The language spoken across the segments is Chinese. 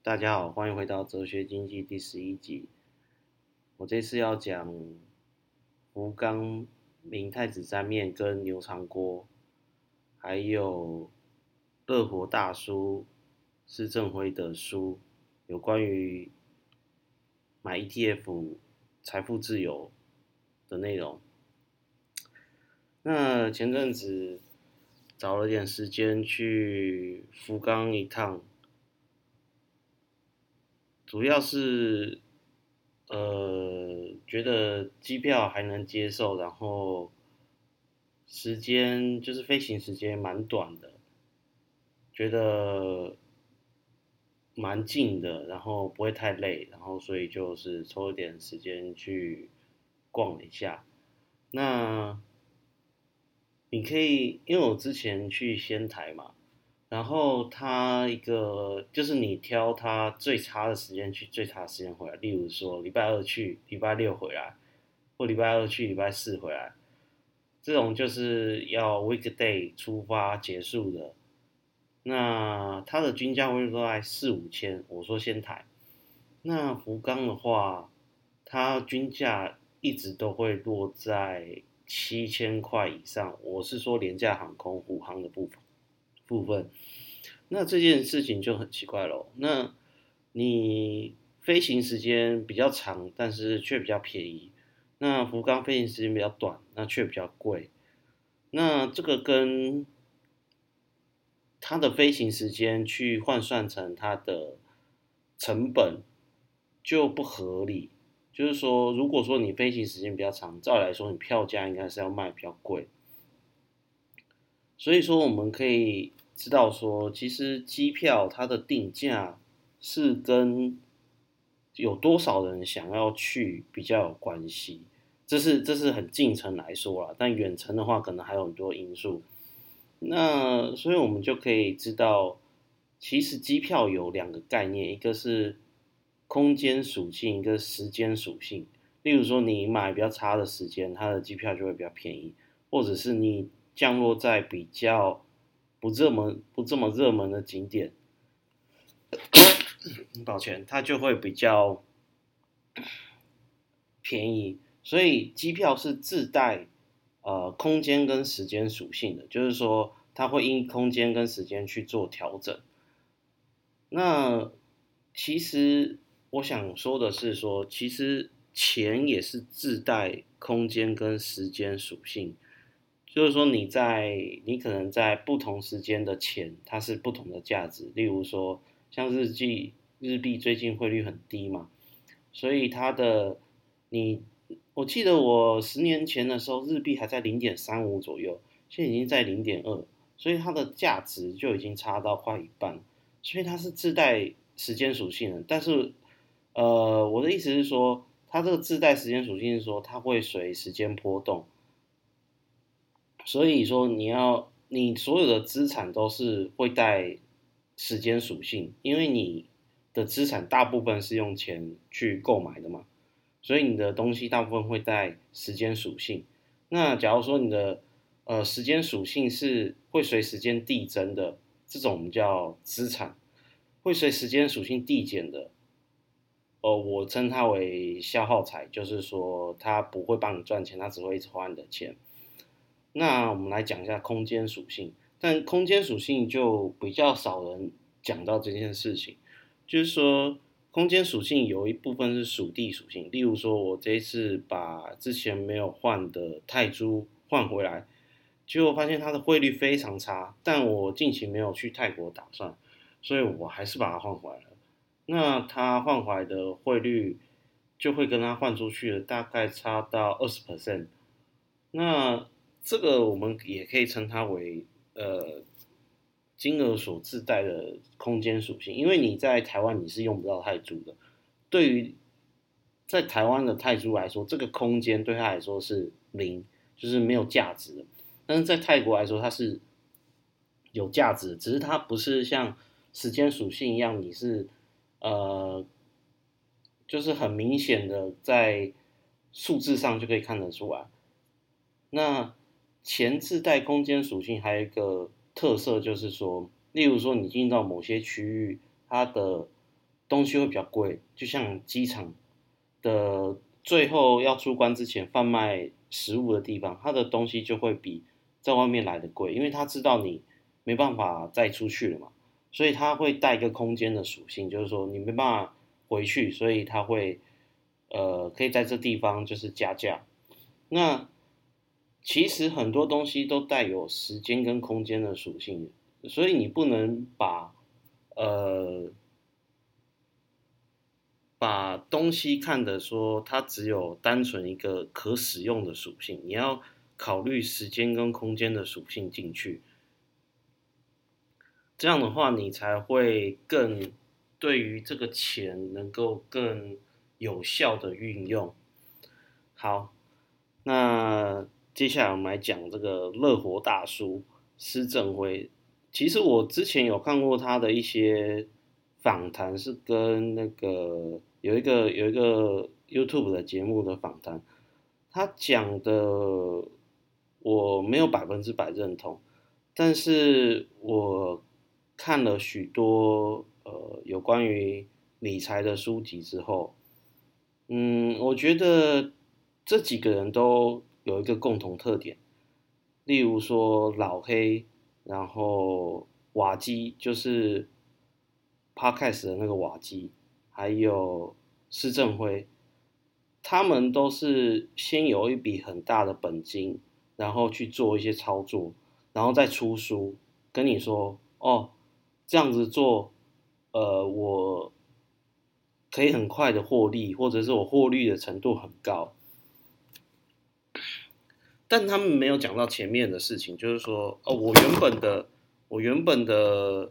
大家好，欢迎回到哲学经济第11集。我这次要讲福冈明太子沾面跟牛肠锅，还有乐活大叔施正辉的书，有关于买 ETF 财富自由的内容。那前阵子找了点时间去福冈一趟，主要是觉得机票还能接受，然后时间就是飞行时间蛮短的，觉得蛮近的，然后不会太累，然后所以就是抽一点时间去逛了一下。那你可以，因为我之前去仙台嘛，然后它一个就是你挑它最差的时间去，最差的时间回来。例如说礼拜二去，礼拜六回来，或礼拜二去，礼拜四回来。这种就是要 weekday 出发结束的。那它的均价会都在4、5千。我说仙台，那福冈的话，它均价一直都会落在7000块以上。我是说廉价航空、虎航的部分。那这件事情就很奇怪咯。那你飞行时间比较长，但是却比较便宜。那福冈飞行时间比较短，那却比较贵。那这个跟它的飞行时间去换算成它的成本就不合理。就是说，如果说你飞行时间比较长，照理来说你票价应该是要卖比较贵。所以说，我们可以知道说，其实机票它的定价是跟有多少人想要去比较有关系。这是很近程来说啦，但远程的话可能还有很多因素。那所以我们就可以知道，其实机票有两个概念，一个是空间属性，一个时间属性。例如说，你买比较差的时间，它的机票就会比较便宜，或者是你降落在比较不这么热门的景点，抱歉，它就会比较便宜。所以机票是自带空间跟时间属性的，就是说它会因空间跟时间去做调整。那其实我想说的是说，其实钱也是自带空间跟时间属性，就是说你可能在不同时间的钱，它是不同的价值。例如说，像日币最近汇率很低嘛，所以你我记得我10年前的时候，日币还在0.35左右，现在已经在0.2，所以它的价值就已经差到快一半。所以它是自带时间属性的。但是，我的意思是说，它这个自带时间属性是说，它会随时间波动。所以说，你所有的资产都是会带时间属性，因为你的资产大部分是用钱去购买的嘛，所以你的东西大部分会带时间属性。那假如说你的时间属性是会随时间递增的，这种叫资产；会随时间属性递减的，我称它为消耗财，就是说它不会帮你赚钱，它只会一直花你的钱。那我们来讲一下空间属性，但空间属性就比较少人讲到这件事情，就是说空间属性有一部分是属地属性。例如说，我这一次把之前没有换的泰铢换回来，结果发现它的汇率非常差，但我近期没有去泰国打算，所以我还是把它换回来了。那它换回来的汇率就会跟它换出去的大概差到20%。那这个我们也可以称它为金额所自带的空间属性，因为你在台湾你是用不到泰铢的。对于在台湾的泰铢来说，这个空间对他来说是零，就是没有价值的。但是在泰国来说，它是有价值的，只是它不是像时间属性一样，你是呃，就是很明显的在数字上就可以看得出来。那前自带空间属性还有一个特色就是说，例如说你进到某些区域，它的东西会比较贵，就像机场的最后要出关之前贩卖食物的地方，它的东西就会比在外面来的贵，因为他知道你没办法再出去了嘛，所以他会带一个空间的属性，就是说你没办法回去，所以他会可以在这地方就是加价。那其实很多东西都带有时间跟空间的属性，所以你不能呃把东西看的说它只有单纯一个可使用的属性，你要考虑时间跟空间的属性进去，这样的话你才会更对于这个钱能够更有效的运用。好，那接下来我们来讲这个乐活大叔施正辉。其实我之前有看过他的一些访谈，是跟那个有一个 YouTube 的节目的访谈，他讲的我没有100%认同，但是我看了许多有关于理财的书籍之后，我觉得这几个人都有一个共同特点，例如说老黑，然后瓦基就是 Podcast 的那个瓦基，还有施正辉，他们都是先有一笔很大的本金，然后去做一些操作，然后再出书跟你说，哦，这样子做，我可以很快的获利，或者是我获利的程度很高，但他们没有讲到前面的事情，就是说，哦，我原本的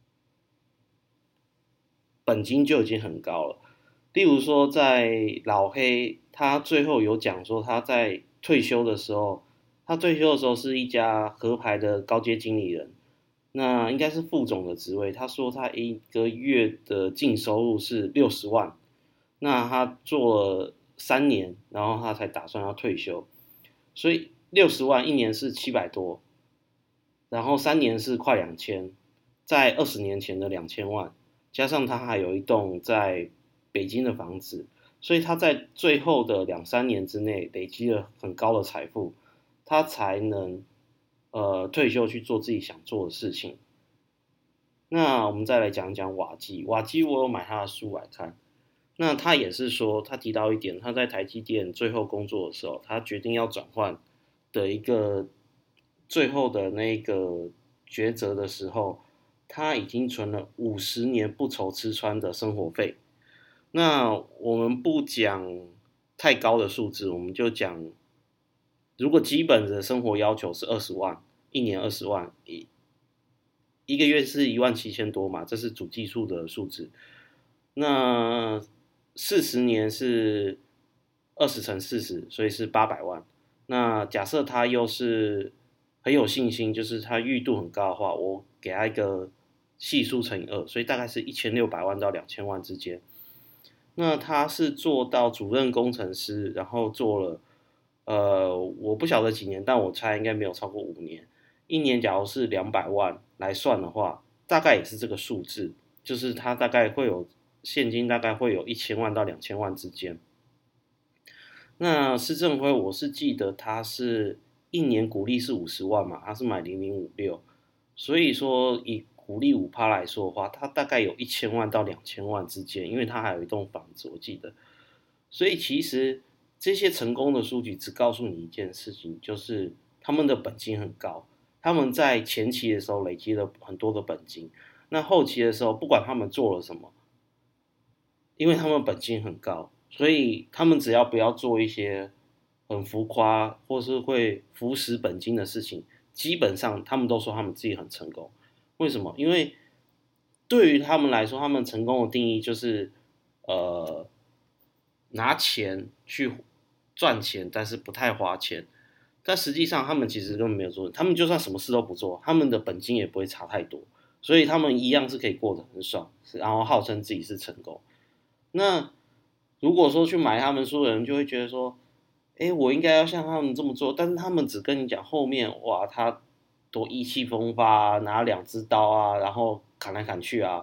本金就已经很高了。例如说，在老黑他最后有讲说，他在退休的时候，他退休的时候是一家合牌的高阶经理人，那应该是副总的职位。他说他一个月的净收入是60万，那他做了3年，然后他才打算要退休，所以60万一年是700多，然后3年是快2000，在20年前的2000万，加上他还有一栋在北京的房子，所以他在最后的2、3年之内累积了很高的财富，他才能退休去做自己想做的事情。那我们再来讲讲瓦基，瓦基我有买他的书来看，那他也是说，他提到一点，他在台积电最后工作的时候，他决定要转换的一个最后的那个抉择的时候，他已经存了50年不愁吃穿的生活费。那我们不讲太高的数字，我们就讲，如果基本的生活要求是20万，一年20万，一个月是17000多嘛，这是主计数的数字。那40年是20乘40，所以是800万。那假设他又是很有信心，就是他裕度很高的话，我给他一个系数乘以2，所以大概是1600万到2000万之间。那他是做到主任工程师，然后做了我不晓得几年，但我猜应该没有超过5年。一年假如是200万来算的话，大概也是这个数字，就是他大概会有现金，大概会有1000万到2000万之间。那施正辉，我是记得他是一年股利是50万嘛，他是买0056，所以说以股利5%来说的话，他大概有1000万到2000万之间，因为他还有一栋房子，我记得。所以其实这些成功的数据只告诉你一件事情，就是他们的本金很高，他们在前期的时候累积了很多的本金，那后期的时候不管他们做了什么，因为他们本金很高，所以他们只要不要做一些很浮夸或是会腐蚀本金的事情，基本上他们都说他们自己很成功。为什么？因为对于他们来说，他们成功的定义就是呃拿钱去赚钱，但是不太花钱。但实际上，他们其实根本没有做，他们就算什么事都不做，他们的本金也不会差太多，所以他们一样是可以过得很爽，然后号称自己是成功。那如果说去买他们书的人，就会觉得说，哎，我应该要像他们这么做，但是他们只跟你讲后面，哇，他多意气风发啊，拿2只刀啊，然后砍来砍去啊，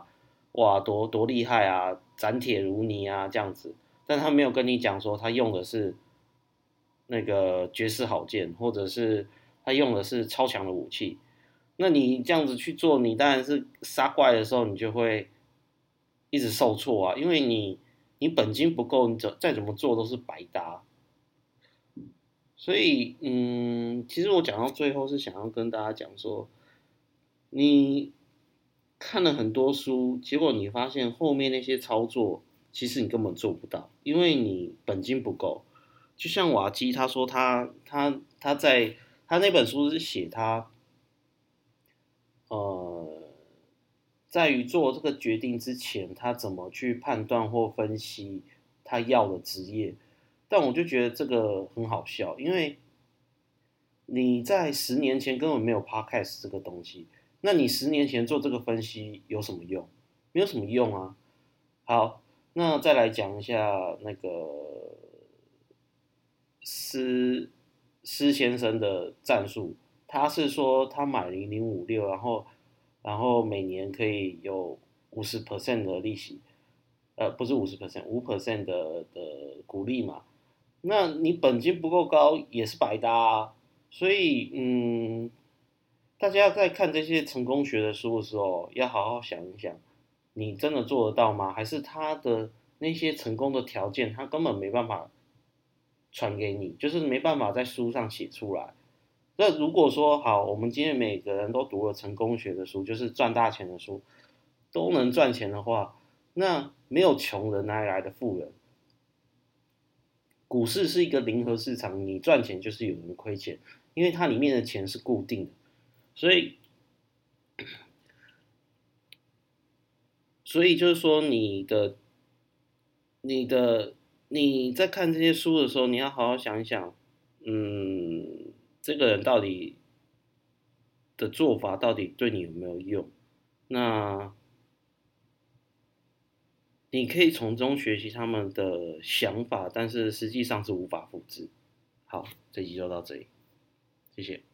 哇多厉害啊，斩铁如泥啊这样子，但他没有跟你讲说他用的是那个绝世好剑，或者是他用的是超强的武器。那你这样子去做，你当然是杀怪的时候，你就会一直受挫啊，因为你本金不够，你再怎么做都是白搭。所以，其实我讲到最后是想要跟大家讲说，你看了很多书，结果你发现后面那些操作，其实你根本做不到，因为你本金不够。就像瓦基他说他在他那本书是写他呃，在于做这个决定之前，他怎么去判断或分析他要的职业。但我就觉得这个很好笑，因为你在10年前根本没有 podcast 这个东西，那你10年前做这个分析有什么用？没有什么用啊。好，那再来讲一下那个施施先生的战术，他是说他买0056，然后每年可以有50% 的利息，不是50%，5% 的股利嘛。那你本金不够高也是白搭啊。所以大家在看这些成功学的书的时候，要好好想一想，你真的做得到吗？还是他的那些成功的条件，他根本没办法传给你，就是没办法在书上写出来。那如果说好，我们今天每个人都读了成功学的书，就是赚大钱的书，都能赚钱的话，那没有穷人哪里来的富人？股市是一个零和市场，你赚钱就是有人亏钱，因为它里面的钱是固定的，所以就是说你的你在看这些书的时候，你要好好想一想，这个人到底的做法到底对你有没有用？那你可以从中学习他们的想法，但是实际上是无法复制。好，这集就到这里，谢谢。